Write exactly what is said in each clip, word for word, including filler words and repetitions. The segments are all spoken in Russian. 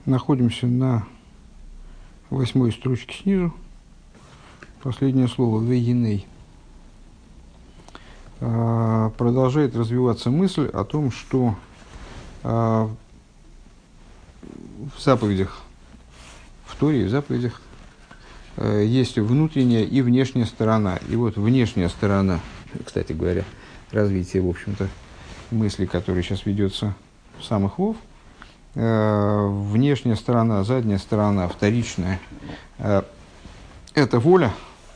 Находимся на восьмой строчке снизу. Последнее слово «вейней». Продолжает развиваться мысль о том, что в заповедях, в Торе и в заповедях есть внутренняя и внешняя сторона. И вот внешняя сторона, кстати говоря, развитие, в общем-то, мысли, которая сейчас ведется в самых вов, внешняя сторона, задняя сторона, вторичная, это воля.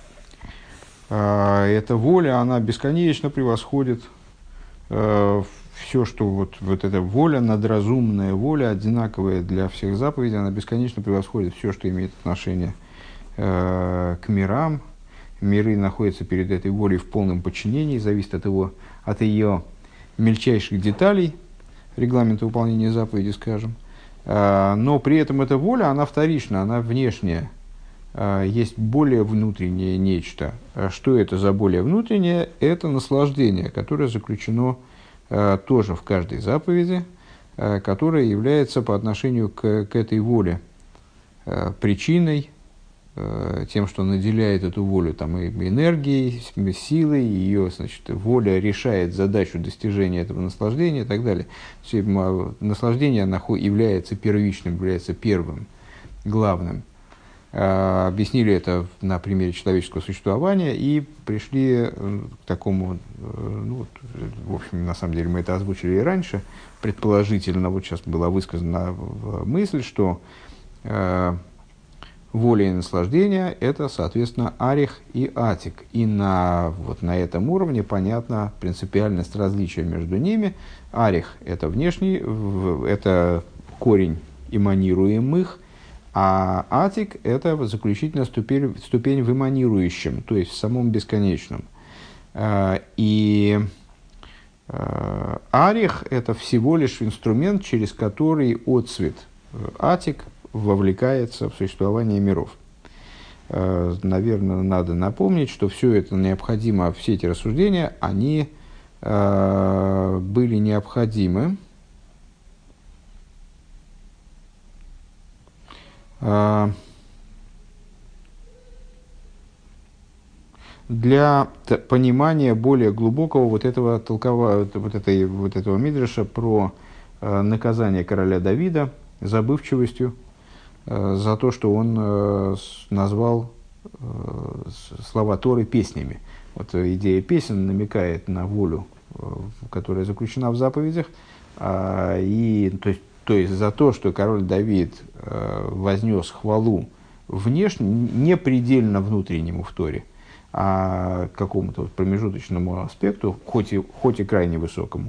Эта воля, она бесконечно превосходит все, что вот, вот эта воля, надразумная воля, одинаковая для всех заповедей, она бесконечно превосходит все, что имеет отношение к мирам. Миры находятся перед этой волей в полном подчинении, зависит от, его, от ее мельчайших деталей, регламента выполнения заповеди, скажем. Но при этом эта воля, она вторична, она внешняя. Есть более внутреннее нечто. Что это за более внутреннее? Это наслаждение, которое заключено тоже в каждой заповеди, которое является по отношению к, к этой воле причиной, тем, что наделяет эту волю там, и энергией, силой, ее, значит, воля решает задачу достижения этого наслаждения и так далее. Наслаждение является первичным, является первым, главным. Объяснили это на примере человеческого существования и пришли к такому, ну, в общем, на самом деле мы это озвучили и раньше, предположительно, вот сейчас была высказана мысль, что э, воля и наслаждение – это, соответственно, арих и атик. И на, вот на этом уровне понятна принципиальность различия между ними. Арих – это внешний, это корень эманируемых, а атик – это заключительная ступень, ступень в эманирующем, то есть в самом бесконечном. И арих – это всего лишь инструмент, через который отцвет атик вовлекается в существование миров. Наверное, надо напомнить, что все это необходимо, все эти рассуждения, они были необходимы для понимания более глубокого вот этого толкового, вот этой, вот этого мидраша про наказание короля Давида забывчивостью за то, что он назвал слова Торы песнями. Вот идея песен намекает на волю, которая заключена в заповедях, и то есть То есть за то, что король Давид э, вознес хвалу внешне, не предельно внутреннему в Торе, а какому-то вот промежуточному аспекту, хоть и, хоть и крайне высокому,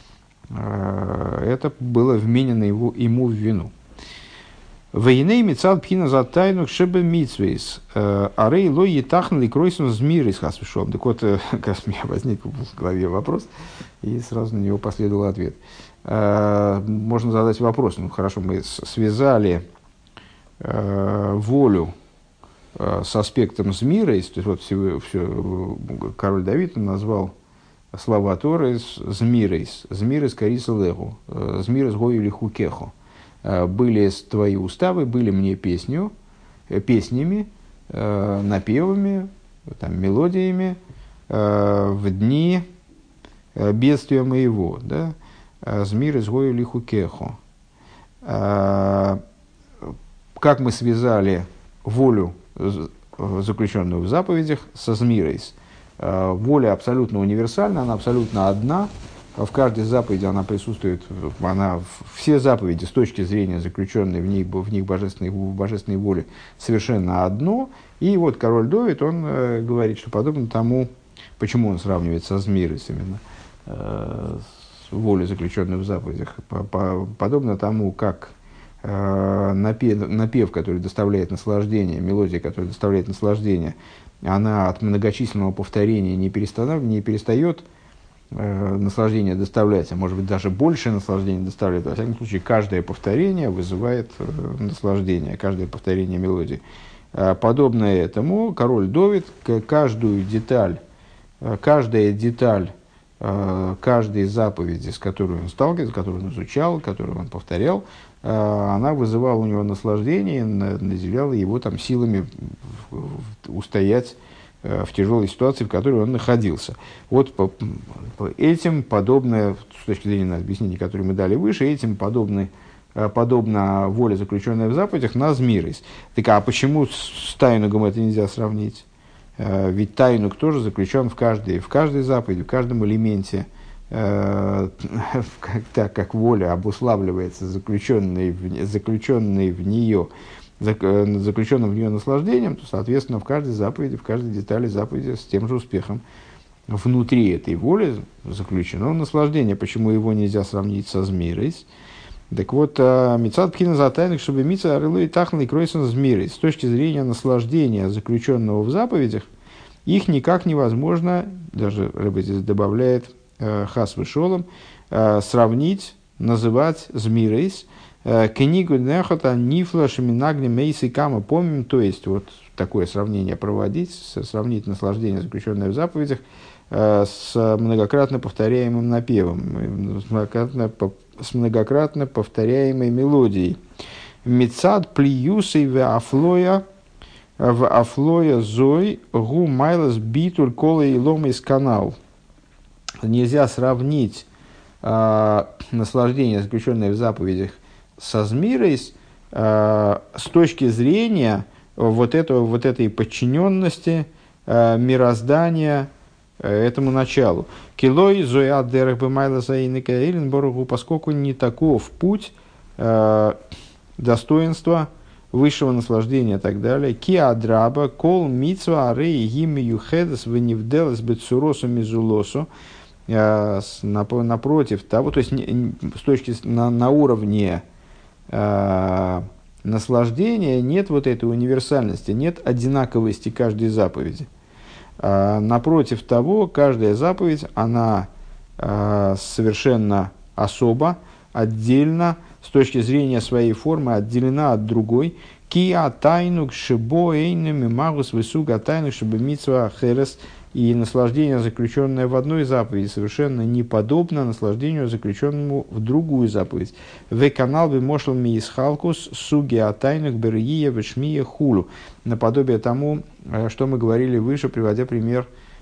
э, это было вменено его, ему в вину. Вейней мицад пхина за тайну шебе митсвейс, арей лой етахн ли кройсон змир из хасвишом. Так вот, как у меня возник в голове вопрос, и сразу на него последовал ответ. Можно задать вопрос, ну хорошо, мы связали э, волю э, с аспектом змирейс, то есть вот все, все, король Давид назвал слова Торы змирейс, змирейс кариса леху, змирейс гою лиху кеху. Были твои уставы, были мне песню, песнями, э, напевами, там, мелодиями э, в дни бедствия моего, да? Змир изгою лиху кеху. Как мы связали волю, заключенную в заповедях, со змирейс. Воля абсолютно универсальна, она абсолютно одна. В каждой заповеди она присутствует, она, все заповеди с точки зрения заключенной в них, в них божественной, в божественной воле совершенно одно. И вот король Давид, он э, говорит, что подобно тому, почему он сравнивает со змирейс именно, э, волю, заключенную в заповедях, по, по, подобно тому, как э, напев, напев, который доставляет наслаждение, мелодия, которая доставляет наслаждение, она от многочисленного повторения не, перестав, не перестает э, наслаждение доставлять, а может быть даже больше наслаждения доставляет. Во всяком случае, каждое повторение вызывает э, наслаждение, каждое повторение мелодии. Э, подобно этому король Давид каждую деталь, э, каждая деталь каждой заповеди, с которой он сталкивается, которую он изучал, которую он повторял, она вызывала у него наслаждение, наделяла его там силами устоять в тяжелой ситуации, в которой он находился. Вот по, по этим подобное, с точки зрения объяснений, которые мы дали выше, этим подобны, подобно воле, заключенной в заповедях, назмирис. Так а почему с тайнугом это нельзя сравнить? Ведь тайнуг тоже заключен в каждой, в каждой заповеди, в каждом элементе, так как воля обуславливается заключенной в, заключенной в нее, заключенным в нее наслаждением, то, соответственно, в каждой заповеди, в каждой детали заповеди с тем же успехом внутри этой воли заключено наслаждение. Почему его нельзя сравнить со змирейс? Так вот, мицад пхина за тайных, чтобы мица арылу и тахнул и кройсон змирейс. С точки зрения наслаждения, заключенного в заповедях, их никак невозможно, даже Рэбе здесь добавляет хас вышолом, сравнить, называть змирейс. Книгу нехота нифла шаминагни мейсы кама. Помним, то есть вот такое сравнение проводить, сравнить наслаждение, заключенное в заповедях, с многократно повторяемым напевом, с многократно, с многократно повторяемой мелодией. Мицад плиюсей в афлоя в афлоя зой гу майлас битуль кола и лома из канал. Нельзя сравнить э, наслаждение, заключенное в заповедях, со змирейс э, с точки зрения вот, этого, вот этой подчиненности э, мироздания э, этому началу. Килой зоя дерах бемайла заиника эйленборгу, поскольку не таков путь э, достоинства, высшего наслаждения и так далее. Киадраба кол митсва арей гими юхедес венивделес бетсуросу мизулосу. Напротив того, то есть с точки на, на уровне э, наслаждения нет вот этой универсальности, нет одинаковости каждой заповеди. Э, напротив того, каждая заповедь, она э, совершенно особо, отдельно, с точки зрения своей формы, отделена от другой. Киа тайнук шибо эйнами магус высуга тайнук шибо митсва херес. И наслаждение, заключенное в одной заповеди, совершенно не подобно наслаждению, заключенному в другую заповедь. В канал бы мошел ми из халкус суги атайнук берия вешмия хулу. Наподобие тому, что мы говорили выше, приводя пример,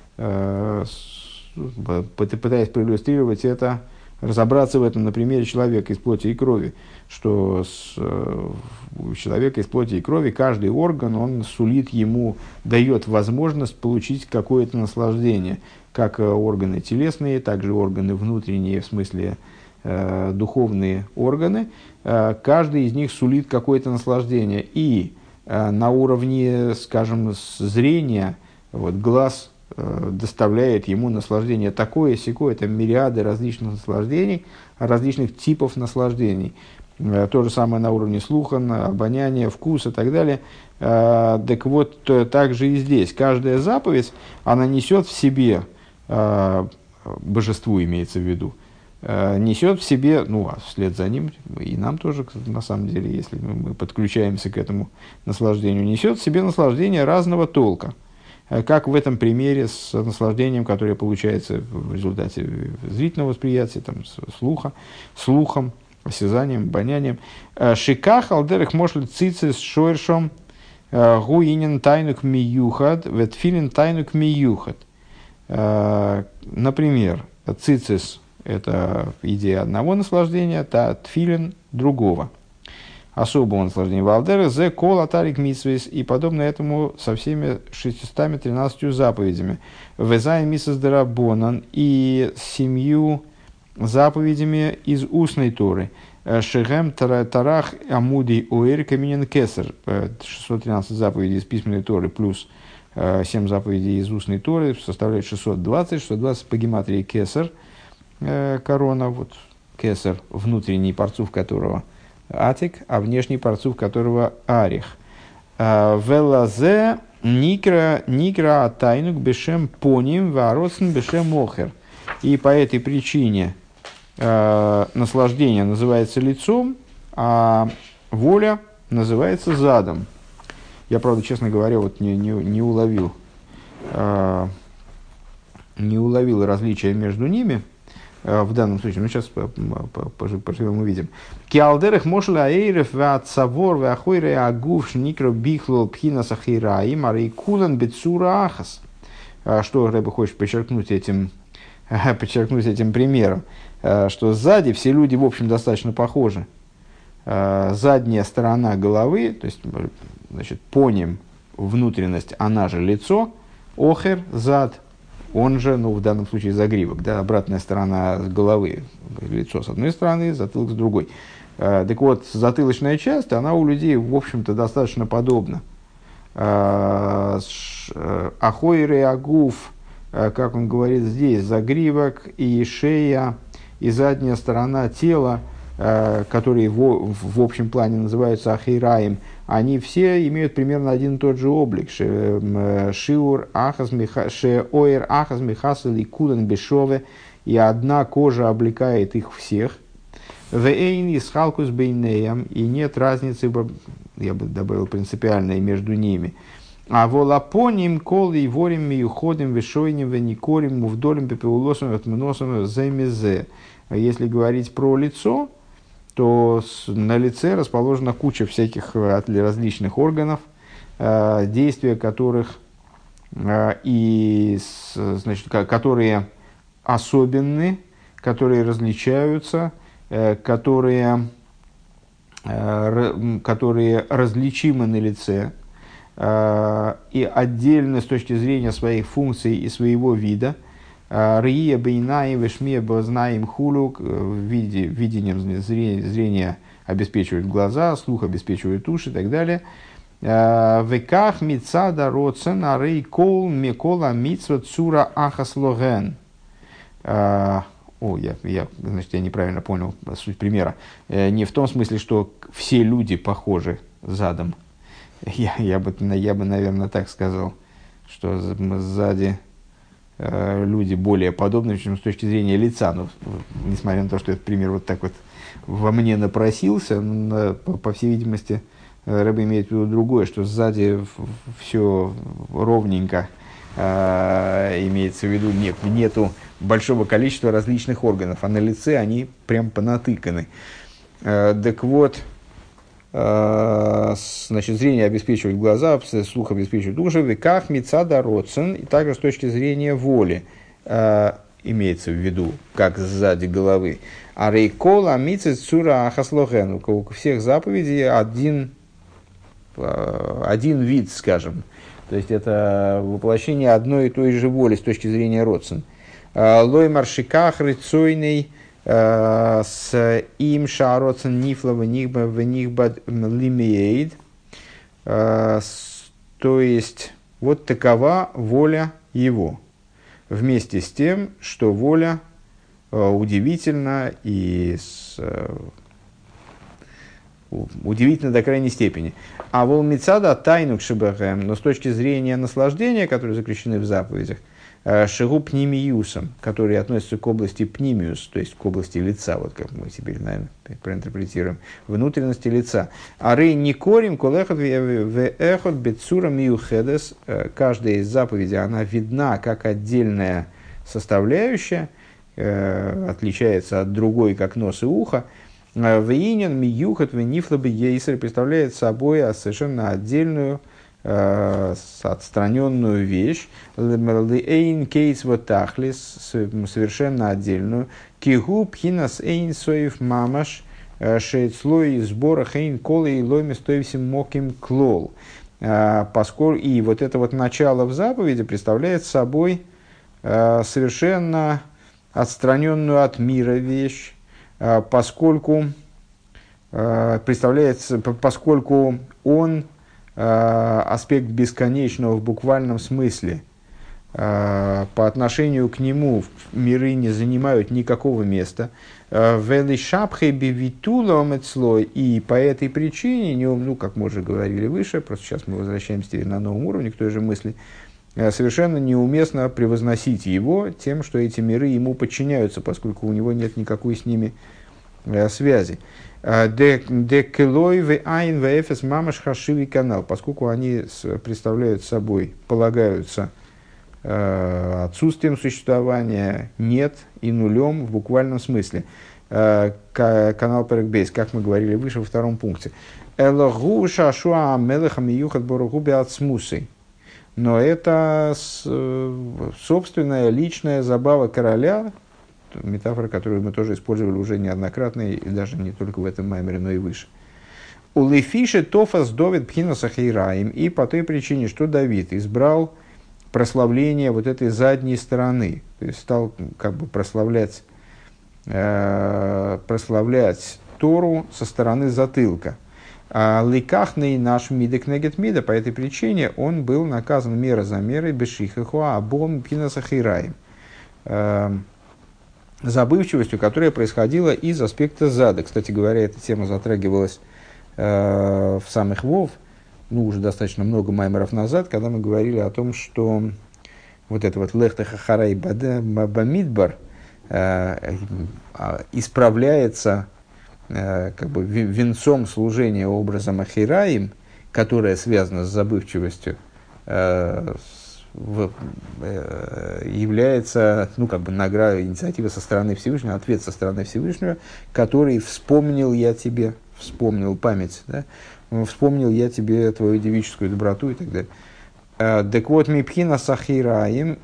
пытаясь проиллюстрировать это, разобраться в этом на примере человека из плоти и крови, что с, у человека из плоти и крови каждый орган, он сулит ему, дает возможность получить какое-то наслаждение, как органы телесные, так же органы внутренние, в смысле э, духовные органы, э, каждый из них сулит какое-то наслаждение. И э, на уровне, скажем, зрения, вот, глаз доставляет ему наслаждение такое, сякое, это мириады различных наслаждений, различных типов наслаждений. То же самое на уровне слуха, обоняния, вкуса и так далее. Так вот, также и здесь. Каждая заповедь, она несет в себе, божеству имеется в виду, несет в себе, ну, а вслед за ним, и нам тоже, на самом деле, если мы подключаемся к этому наслаждению, несет в себе наслаждение разного толка. Как в этом примере с наслаждением, которое получается в результате зрительного восприятия, там, слуха, слухом, осязанием, обонянием. Шиках алдерах может цици с шойршом гуинен тайнук миюхад, ветфилин тайнук миюхад. Например, цицис – это идея одного наслаждения, та тфилин – другого. Особого наслаждения. Валдера зе кол атарик митсвейс, и подобно этому со всеми шестьюстами тринадцатью заповедями. Везай мисас дарабонан, и семью заповедями из устной Торы. Шехем тарах амуди уэр каминен кесар. шестьсот тринадцать заповедей из письменной Торы плюс семь заповедей из устной Торы составляет шестьсот двадцать. шестьсот двадцать по гематрии кесар, корона, вот кесар, внутренний парцуф которого Атик, а внешний парцуф которого Арих. Велазе никра никра тайнук бешем поним вароцн бешем охер. И по этой причине э, наслаждение называется лицом, а воля называется задом. Я, правда, честно говоря, вот не, не, не уловил э, не уловил различия между ними. в данном случае. Ну, сейчас поживем увидим. Киалдерах мошла эйрев ват савор вахойре агуф никро бихло пхина сахираи марей кулан бецура ахас. Что Рэбе хочет подчеркнуть этим, подчеркнуть этим примером? Что сзади все люди, в общем, достаточно похожи. Задняя сторона головы, то есть, значит, поним, внутренность, она же лицо, охер, зад, он же, ну, в данном случае загривок, да, обратная сторона головы, лицо с одной стороны, затылок с другой. Так вот, затылочная часть, она у людей, в общем-то, достаточно подобна. Ахойры агуф, как он говорит здесь, загривок и шея, и задняя сторона тела, которые в, в общем плане называются ахейраем, они все имеют примерно один и тот же облик. Шиур ахаз шеоэр ахаз михасл и кулен бешове, и одна кожа облекает их всех. Вэйн и схалкус бейнеям, и нет разницы, я бы добавил, принципиальной между ними. А волапоним кол и ворим миюходим вешойним веникорим мувдолим пепеулосом отмносом зэмизе. Если говорить про лицо, то на лице расположена куча всяких различных органов, действия которых и, значит, которые особенны, которые различаются, которые, которые различимы на лице и отдельно с точки зрения своих функций и своего вида. Рия бейнаим вешмия бознаим хулук, видением зрения обеспечивают глаза, слух обеспечивают уши и так далее. Веках мицада роцен арей кол мекола мицва цура ахаслоген. О, я, я, значит, я неправильно понял суть примера. Не в том смысле, что все люди похожи задом. Я, я, бы, я бы, наверное, так сказал, что сзади люди более подобны, чем с точки зрения лица. Но, несмотря на то, что этот пример вот так вот во мне напросился, но, по, по всей видимости, Рэбе имеет в виду другое, что сзади все ровненько, э, имеется в виду, нет, нету большого количества различных органов, а на лице они прям понатыканы. Э, так вот, э, значит, зрение обеспечивает глаза, слух обеспечивает уши, веках мицада роцен, и также с точки зрения воли, э, имеется в виду, как сзади головы. А рейкола мицет цура ахаслоген, у всех заповедей один, один вид, скажем. То есть это воплощение одной и той же воли с точки зрения родствен. Лой маршиках рыцойный с им шароцен нифла в них бад лимиейд. То есть вот такова воля его. Вместе с тем, что воля удивительна и с, удивительно до крайней степени. А вол мицада тайну кшибахэм, но с точки зрения наслаждения, которые заключены в заповедях, шигу пнимиюсом, которые относятся к области пнимиус, то есть к области лица, вот как мы теперь, наверное, проинтерпретируем, внутренности лица. А рей не корим колехот веэхот бецура миюхедес, каждая из заповедей, она видна как отдельная составляющая, отличается от другой, как нос и ухо. Вейнин миюхат венифлабы ейсер представляет собой совершенно отдельную, отстраненную вещь, эйн кейс вотахлис, совершенно отдельную, кигу пхинас эйн соев мамаш, шейцлой сбора эйн колы и лойми стоевсим моким клол. Поскольку и вот это вот начало в заповеди представляет собой совершенно отстраненную от мира вещь, поскольку представляется, поскольку он аспект бесконечного в буквальном смысле, по отношению к нему миры не занимают никакого места, и по этой причине, ну, как мы уже говорили выше, просто сейчас мы возвращаемся на новом уровне к той же мысли, совершенно неуместно превозносить его тем, что эти миры ему подчиняются, поскольку у него нет никакой с ними связи. Поскольку они представляют собой, полагаются э, отсутствием существования, нет и нулем в буквальном смысле. Э, к, канал Перекбейс, как мы говорили выше во втором пункте. Элогу шашуа мелехам юхат боруху беацмусой. Но это собственная личная забава короля, метафора, которую мы тоже использовали уже неоднократно, и даже не только в этом маймере, но и выше. У Лефиши Тофас Довид Пхинаса Хейраим, и по той причине, что Давид избрал прославление вот этой задней стороны, то есть стал как бы прославлять, э, прославлять Тору со стороны затылка. Ликахный наш мидек негет мида, по этой причине он был наказан мера за мерой бешихахуа абом Пхинаса Хейраим, забывчивостью, которая происходила из аспекта зада. Кстати говоря, эта тема затрагивалась э, в самых Вов, ну, уже достаточно много маймеров назад, когда мы говорили о том, что вот это вот лехта хахарай бамидбар э, исправляется э, как бы венцом служения образом ахираим, которое связано с забывчивостью, э, В, э, является, ну, как бы награда, инициатива со стороны Всевышнего, ответ со стороны Всевышнего, который вспомнил я тебе, вспомнил память, да? Вспомнил я тебе твою девическую доброту и так далее. Так вот, мипхина сахираим,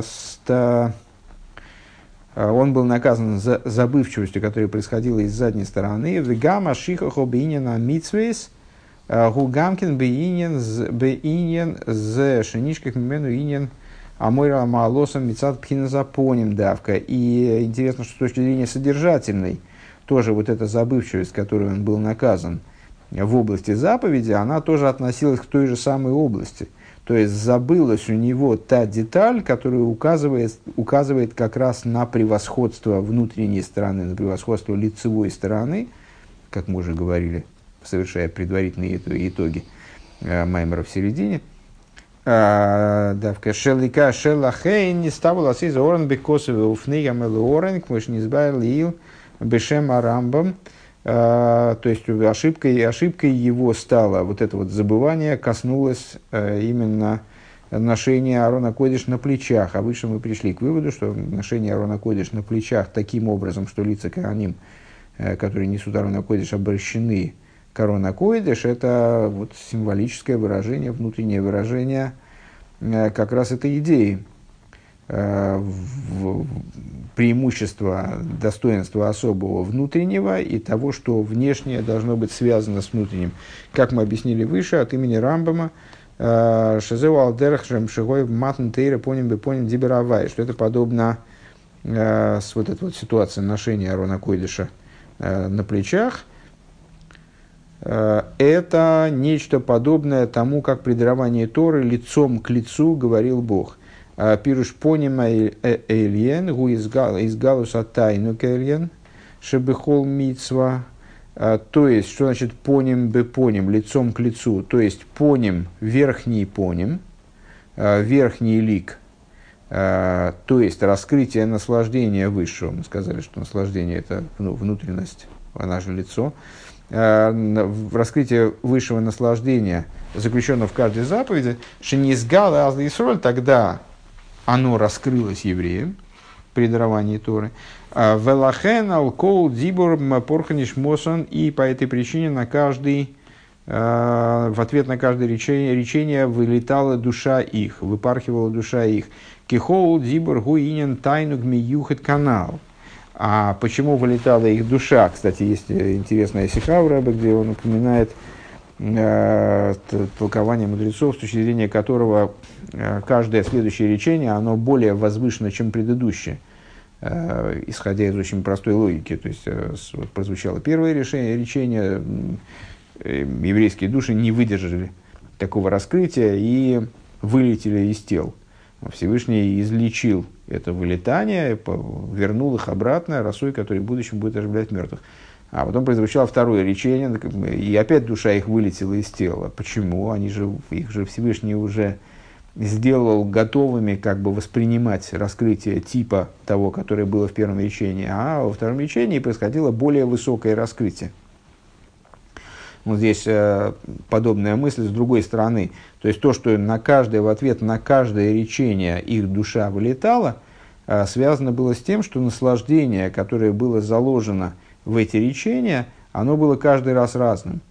он был наказан за забывчивостью, которая происходила из задней стороны. Вегама шихахо бейнина митсвейс, Гугамкин бейнин з шинишках мимену инин амойра маалосом мицат пхина запоним давка. И интересно, что с точки зрения содержательной, тоже вот эта забывчивость, которой он был наказан в области заповеди, она тоже относилась к той же самой области. То есть забылась у него та деталь, которая указывает, указывает как раз на превосходство внутренней стороны, на превосходство лицевой стороны, как мы уже говорили, совершая предварительные итоги э, маймера в середине. Давка шелика шелахейн не ставила сиза орен бекосове уфнигам или орен, кмош не избавил ил бешем арамбам. То есть ошибкой, ошибкой его стало вот это вот забывание, коснулось э, именно ношения Аарона Койдеш на плечах. А выше мы пришли к выводу, что ношение Аарона Койдеш на плечах таким образом, что лица коаним, э, которые несут Аарона Койдеш, обращены к Аарона Койдеш, это вот символическое выражение, внутреннее выражение э, как раз этой идеи. Преимущество, достоинство особого внутреннего и того, что внешнее должно быть связано с внутренним. Как мы объяснили выше, от имени Рамбама, Шезеу Алдерхшем Шигой Матн Тейра Поним Бепоним Диберавай, что это подобно с вот этой вот ситуации ношения Аарона Койдеша на плечах. Это нечто подобное тому, как при даровании Торы лицом к лицу говорил Бог. Пируш понима эльен, гу из галуса тайну кельен, шебехол митсва. То есть, что значит поним бы поним, лицом к лицу? То есть, поним, верхний поним, верхний лик. То есть, раскрытие наслаждения высшего. Мы сказали, что наслаждение – это ну, внутренность, она же лицо. Раскрытие высшего наслаждения, заключенного в каждой заповеди, шенизгала азли исроль, тогда оно раскрылось евреям при даровании Торы. Велахен алкол дибур порханиш мосон, и по этой причине на каждый, в ответ на каждое речение, речение вылетала душа их, выпархивала душа их. Кихоул дибур гуинен тайну гмиюхет канал. А почему вылетала их душа? Кстати, есть интересная сиха в Рэбе, где он упоминает э, толкование мудрецов, с точки зрения которого э, каждое следующее речение, оно более возвышено, чем предыдущее, э, исходя из очень простой логики. То есть, э, вот прозвучало первое решение, речение, э, еврейские души не выдержали такого раскрытия и вылетели из тел. Всевышний излечил это вылетание, вернул их обратно росой, который в будущем будет оживлять мертвых. А потом прозвучало второе речение, и опять душа их вылетела из тела. Почему? Они же, их же Всевышний уже сделал готовыми как бы воспринимать раскрытие типа того, которое было в первом речении, а во втором речении происходило более высокое раскрытие. Вот здесь э, подобная мысль с другой стороны. То есть то, что на каждое, в ответ на каждое речение их душа вылетала, э, связано было с тем, что наслаждение, которое было заложено в эти речения, оно было каждый раз разным.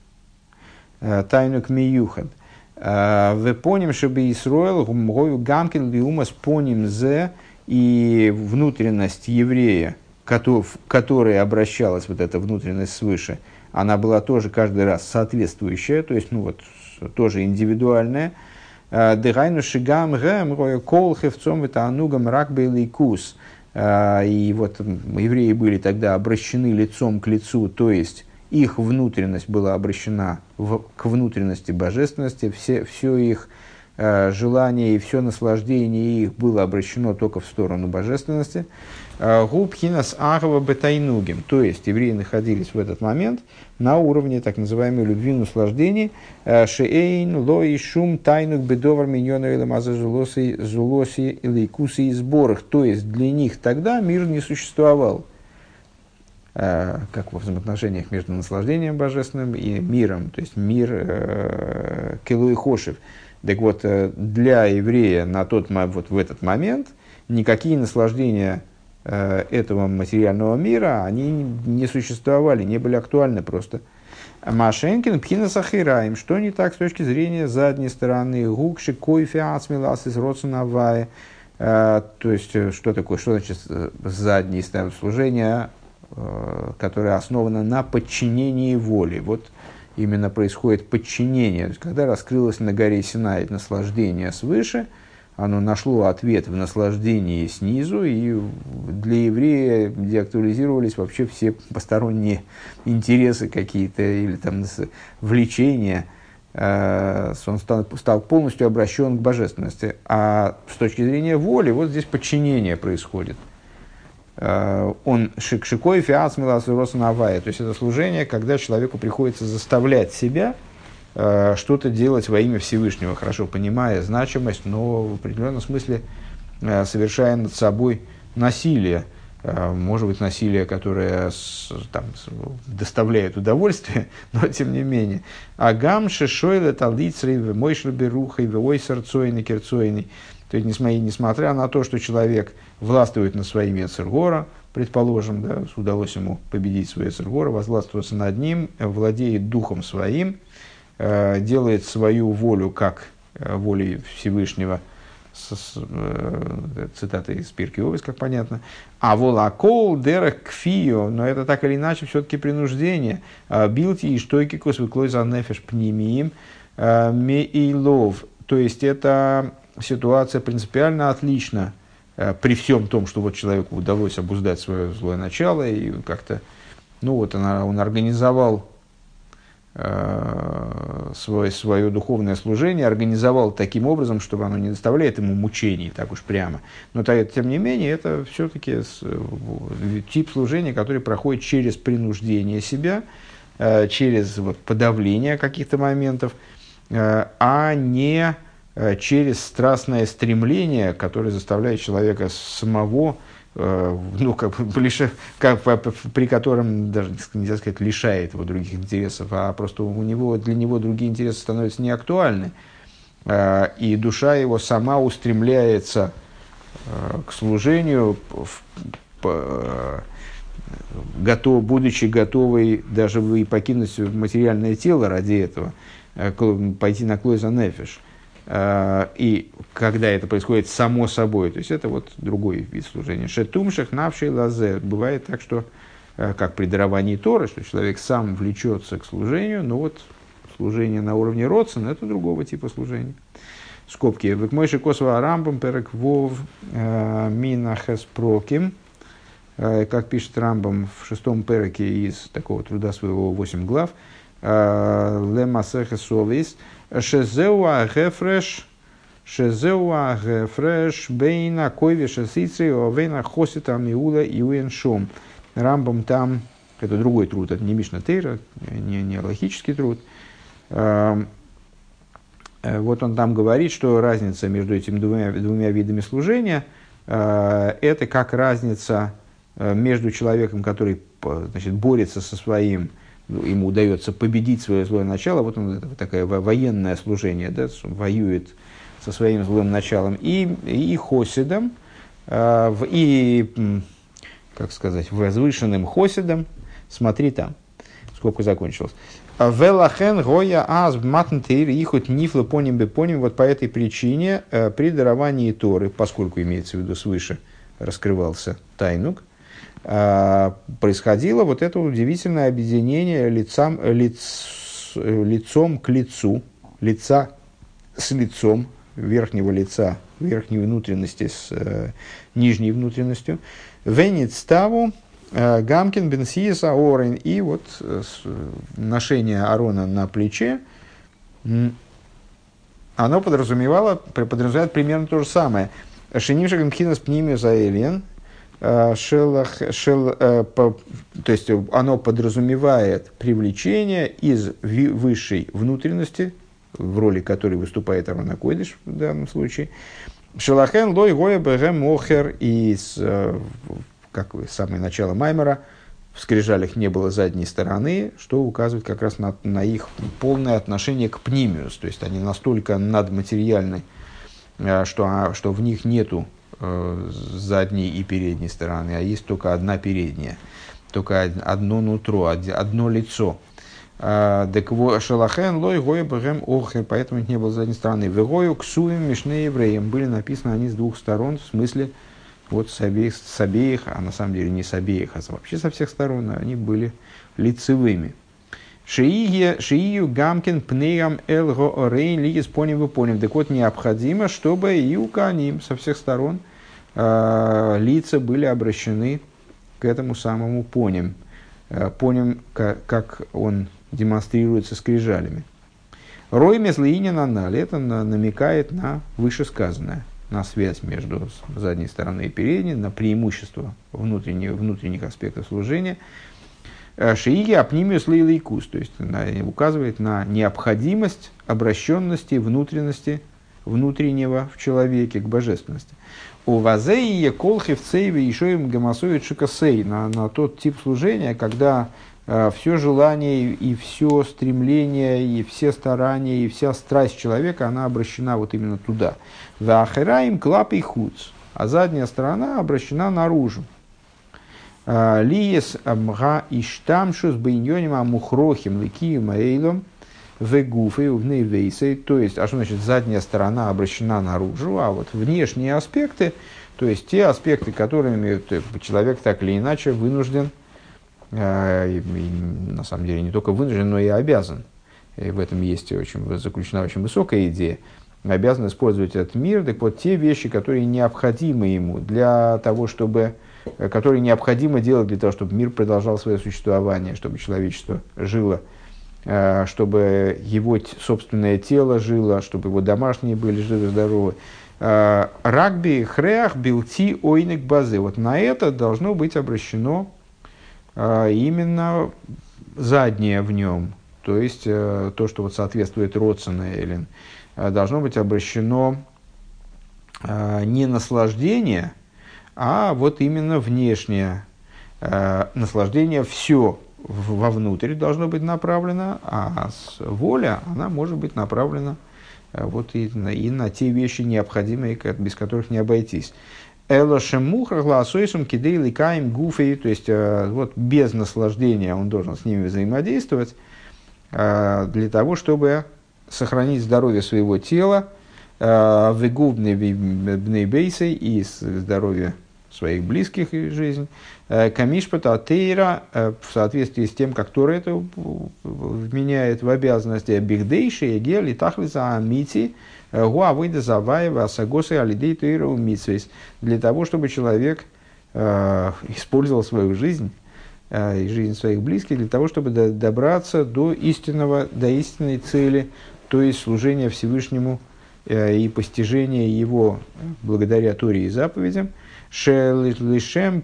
Тайнук миюхад. Вы поним, чтобы Исроэл гумгою гамкин биумас поним зе, и внутренность еврея, которая обращалась, вот эта внутренность свыше, она была тоже каждый раз соответствующая, то есть, ну вот, тоже индивидуальная. Дыгайну шигам гэм роя кол хевцом это анугам рак бейликус. И вот евреи были тогда обращены лицом к лицу, то есть их внутренность была обращена в, к внутренности божественности, все, все их э, желание и все наслаждение их было обращено только в сторону божественности. Губхинас агава бетайнугим, то есть евреи находились в этот момент на уровне так называемой любви наслаждений. Шеэйн лои шум тайнук бедовар миньона иламаза зулоси зулоси илайкуси и сборах, то есть для них тогда мир не существовал. Как во взаимоотношениях между наслаждением божественным и миром, то есть мир э, Келу и Хошев. Так вот, для еврея на тот, вот в этот момент никакие наслаждения э, этого материального мира, они не существовали, не были актуальны просто. Машенкин пхина сахираем, что не так с точки зрения задней стороны, гукши койфе ацмилас из родсунавая, то есть, что такое, что значит задней стороны служения, которая основана на подчинении воли. Вот именно происходит подчинение. То есть, когда раскрылось на горе Синай наслаждение свыше, оно нашло ответ в наслаждении снизу, и для еврея деактуализировались вообще все посторонние интересы какие-то, или там влечения. Он стал, стал полностью обращен к божественности. А с точки зрения воли, вот здесь подчинение происходит. Он шикшикой фиацмилас росанавая, то есть это служение, когда человеку приходится заставлять себя э, что-то делать во имя Всевышнего, хорошо понимая значимость, но в определенном смысле э, совершая над собой насилие, э, может быть насилие, которое с, там, с, доставляет удовольствие, но тем не менее. Агам шишойле талицрей мойшл берухой вой сарцойный керцойный. То есть, несмотря на то, что человек властвует над своим Ецер-Гора, предположим, да, удалось ему победить свой Ецер-Гора, возглавствоваться над ним, владеет духом своим, э, делает свою волю как э, волей Всевышнего, с, с, э, цитата из Пиркей Овес, как понятно, а волакол дерах кфио, но это так или иначе все-таки принуждение, билти и штойки косвыклой за нефеш пнемиим меилов, то есть это ситуация принципиально отлична э, при всем том, что вот человеку удалось обуздать свое злое начало и как-то, ну вот он, он организовал э, свое, свое духовное служение, организовал таким образом, чтобы оно не доставляет ему мучений, так уж прямо. Но тем не менее, это все-таки тип служения, который проходит через принуждение себя, э, через вот, подавление каких-то моментов, э, а не через страстное стремление, которое заставляет человека самого, э, ну, как бы, лиша, как, при котором, даже нельзя сказать, лишает его других интересов, а просто у него, для него другие интересы становятся неактуальны. Э, и душа его сама устремляется э, к служению, в, по, готов, будучи готовой даже и покинуть материальное тело ради этого, э, пойти на клойза нефеш. И когда это происходит само собой, то есть это вот другой вид служения. Шетумших навшей лазе. Бывает так, что как при даровании Торы, что человек сам влечется к служению, но вот служение на уровне родсен – это другого типа служения. Скобки. Векмойши косва рамбам перек вов минахес проким. Как пишет Рамбам в шестом переке из такого труда своего восемь глав. Лемасехес совис. Шезеуа гефреш, шезеуа гефреш, бейна койвиша сицри, овейна хосита миула и уеншом. Рамбам там, это другой труд, это не Мишна Тейра, не, не логический труд. Вот он там говорит, что разница между этими двумя, двумя видами служения, это как разница между человеком, который, значит, борется со своим ему удается победить свое злое начало, вот он, это такое военное служение, да, воюет со своим злым началом, и, и хосидом, э, и, как сказать, возвышенным хосидом, смотри там, скобка закончилась. Велахен гоя аз матнтейр ихут нифлы поним бы поним. Вот по этой причине э, при даровании Торы, поскольку имеется в виду свыше раскрывался тайнук, э, происходило вот это удивительное объединение лицам, лиц, лицом к лицу, лица с лицом, верхнего лица, верхней внутренности с э, нижней внутренностью. Веництаву Гамкин бенсиес аорин. И вот ношение Аарона на плече, оно подразумевало, подразумевает примерно то же самое. Шенишек мхинас пнимию заэльен, то есть оно подразумевает привлечение из высшей внутренности, в роли которой выступает Аарон ха-Койдеш в данном случае. Шелахен лой гоя бэгэм охер. И как самое начало Маймера, в скрижалях не было задней стороны, что указывает как раз на, на их полное отношение к пнимиус. То есть они настолько надматериальны, что, что в них нету э, задней и передней стороны, а есть только одна передняя, только одно нутро, одно лицо. Шалахен лой гоя бэгэм охер, поэтому не было задней стороны. Вегою ксуем мишне евреям. Были написаны они с двух сторон, в смысле вот с обеих, с обеих, а на самом деле не с обеих, а вообще со всех сторон, они были лицевыми. Шиию гамкин пнеям элго орейн лигис поним выпоним. Так вот, необходимо, чтобы и у каним со всех сторон э, лица были обращены к этому самому поним. Э, поним, как, как он демонстрируется скрижалями. Рой мезлиинин анали, это намекает на вышесказанное, на связь между задней стороной и передней, на преимущество внутренних, внутренних аспектов служения. Шииги апнимиус лейлейкус, то есть на, указывает на необходимость обращенности, внутренности, внутреннего в человеке к божественности. У вазеи колхи в цейве еще им гамасует шикасей, на, на тот тип служения, когда э, все желание и все стремление, и все старания, и вся страсть человека, она обращена вот именно туда. Вахераим клап и хуц, а задняя сторона обращена наружу. Лиес мга иштамшус бейньоним амухрохим ликием эйлом вегуфы в вейсей. То есть, а что значит задняя сторона обращена наружу, а вот внешние аспекты, то есть те аспекты, которыми человек так или иначе вынужден, э, и, на самом деле не только вынужден, но и обязан. И в этом есть очень, заключена очень высокая идея. Обязан использовать этот мир, так вот те вещи, которые необходимы ему для того, чтобы, которые необходимо делать для того, чтобы мир продолжал свое существование, чтобы человечество жило, чтобы его собственное тело жило, чтобы его домашние были живы-здоровы. Рагби, хреах, билти, ойник, базы. Вот на это должно быть обращено именно заднее в нем, то есть то, что вот соответствует родственной Эллин, должно быть обращено э, не наслаждение, а вот именно внешнее э, наслаждение все вовнутрь должно быть направлено, а воля, она может быть направлена э, вот и, на, и на те вещи необходимые, без которых не обойтись. Элошемуха гласойсом кидей ликаем гуфей, то есть э, вот без наслаждения он должен с ними взаимодействовать э, для того, чтобы сохранить здоровье своего тела, вегубный бнейбейсей и здоровье своих близких и жизнь, камишпата атеира в соответствии с тем, как Тора это вменяет в обязанности бихдейши егели тахлиса амити гуавыда заваева асагосы алидей тейра умитсвейс, для того, чтобы человек э, использовал свою жизнь э, и жизнь своих близких для того, чтобы до, добраться до истинного, до истинной цели, то есть служения Всевышнему э, и постижения его благодаря Торе и заповедям. Шелишем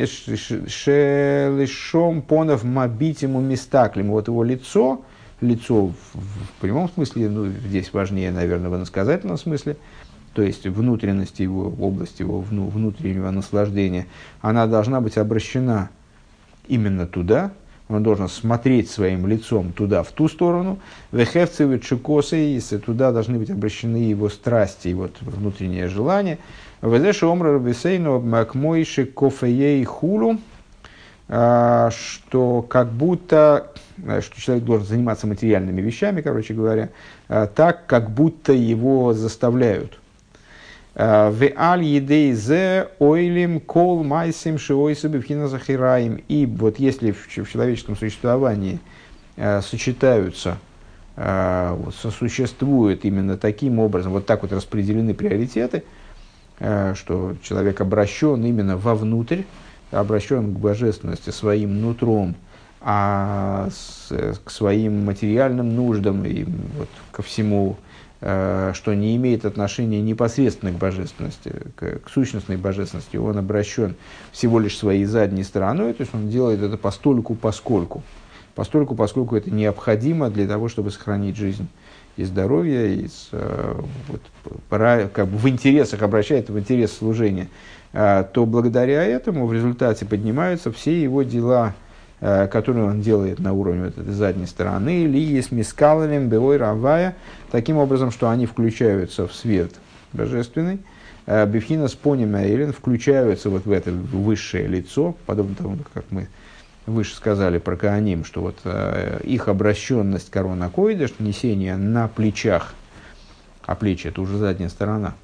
понов мабитиму мистаклим. Вот его лицо, лицо в, в прямом смысле, ну, здесь важнее, наверное, в иносказательном смысле, то есть внутренность его, область его внутреннего наслаждения, она должна быть обращена именно туда, он должен смотреть своим лицом туда, в ту сторону. Вехевцевы чекосы, туда должны быть обращены его страсти, и вот внутреннее желание. Везеши омра рабисейну макмойши кофеей хулу, что как будто, что человек должен заниматься материальными вещами, короче говоря, так, как будто его заставляют. В аль едейзе ойлим кол майсим шиойсуби вхина захираим. И вот если в, в человеческом существовании э, сочетаются, э, вот, сосуществуют именно таким образом, вот так вот распределены приоритеты, э, что человек обращен именно вовнутрь, обращен к божественности своим нутром, а с, к своим материальным нуждам и вот, ко всему, что не имеет отношения непосредственно к божественности, к, к сущностной божественности, он обращен всего лишь своей задней стороной, то есть он делает это постольку поскольку, постольку поскольку это необходимо для того, чтобы сохранить жизнь и здоровье, и с, вот, пора, как бы в интересах, обращает в интерес служения, то благодаря этому в результате поднимаются все его дела, которые он делает на уровне вот этой задней стороны, ли с мискалалем беой равая, таким образом, что они включаются в свет божественный, бифхина с поним эйлен, включаются вот в это высшее лицо, подобно тому, как мы выше сказали про Коаним, что вот их обращенность к Арон ха-Койдеш, несение на плечах, а плечи это уже задняя сторона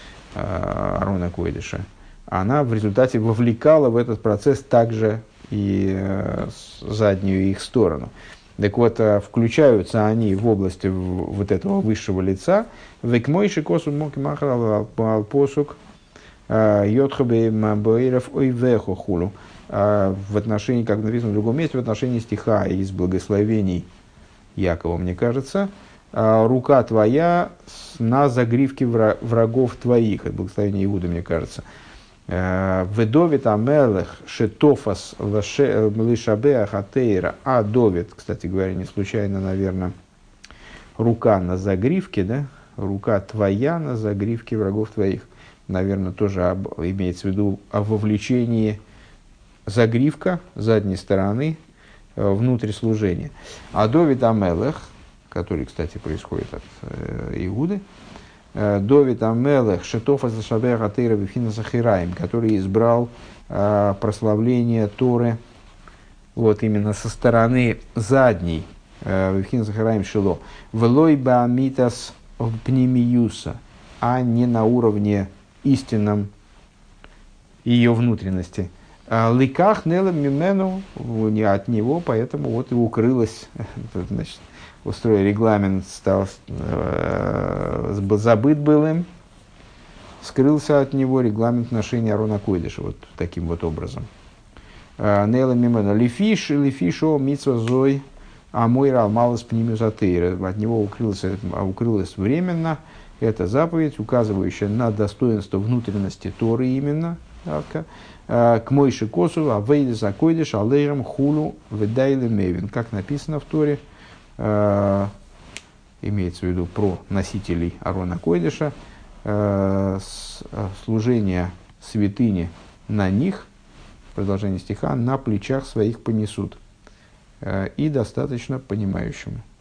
Арон ха-Койдеша, она в результате вовлекала в этот процесс также и э, заднюю их сторону. Так вот, э, включаются они в области в, вот этого высшего лица. Векмойши косу моки махал посук йодхабе мабоиров ойвехо хулу. В отношении, как написано в другом месте, в отношении стиха из благословений Якова, мне кажется, рука твоя на загривке врагов твоих. Это благословение Иуды, мне кажется. Ведовит амелех шетофас лишабеа хатейра. А Довид, кстати говоря, не случайно, наверное, рука на загривке, да? Рука твоя на загривке врагов твоих. Наверное, тоже об, имеется в виду о вовлечении загривка задней стороны э, внутрь служения. А Довид амелех, который, кстати, происходит от э, Иуды, Довид Амелех Шетофа Зашабея Хатейра Вифхина Захираим, который избрал э, прославление Торы вот именно со стороны задней Вифхина Захираим Шило Велой Баамитас Пнемиюса, а не на уровне истинном ее внутренности. Ликах Нелем Мимену, не от него, поэтому вот и укрылась, значит, устроил регламент, стал, э, забыт был им, скрылся от него регламент ношения Арона ха-Койдеша, вот таким вот образом. Нейла мимена лифиш, лифишо митсва зой, а мой ралмалас пнимюзатейра. От него укрылось, укрылось временно. Это заповедь, указывающая на достоинство внутренности Торы именно. К мойши косу, а вейдес ха-Койдеш, алейрам хулу ведайле мевин. Как написано в Торе, Uh, имеется в виду про носителей Арона ха-Койдеша, uh, с, uh, служение святыни на них, продолжение стиха, на плечах своих понесут, uh, и достаточно понимающему.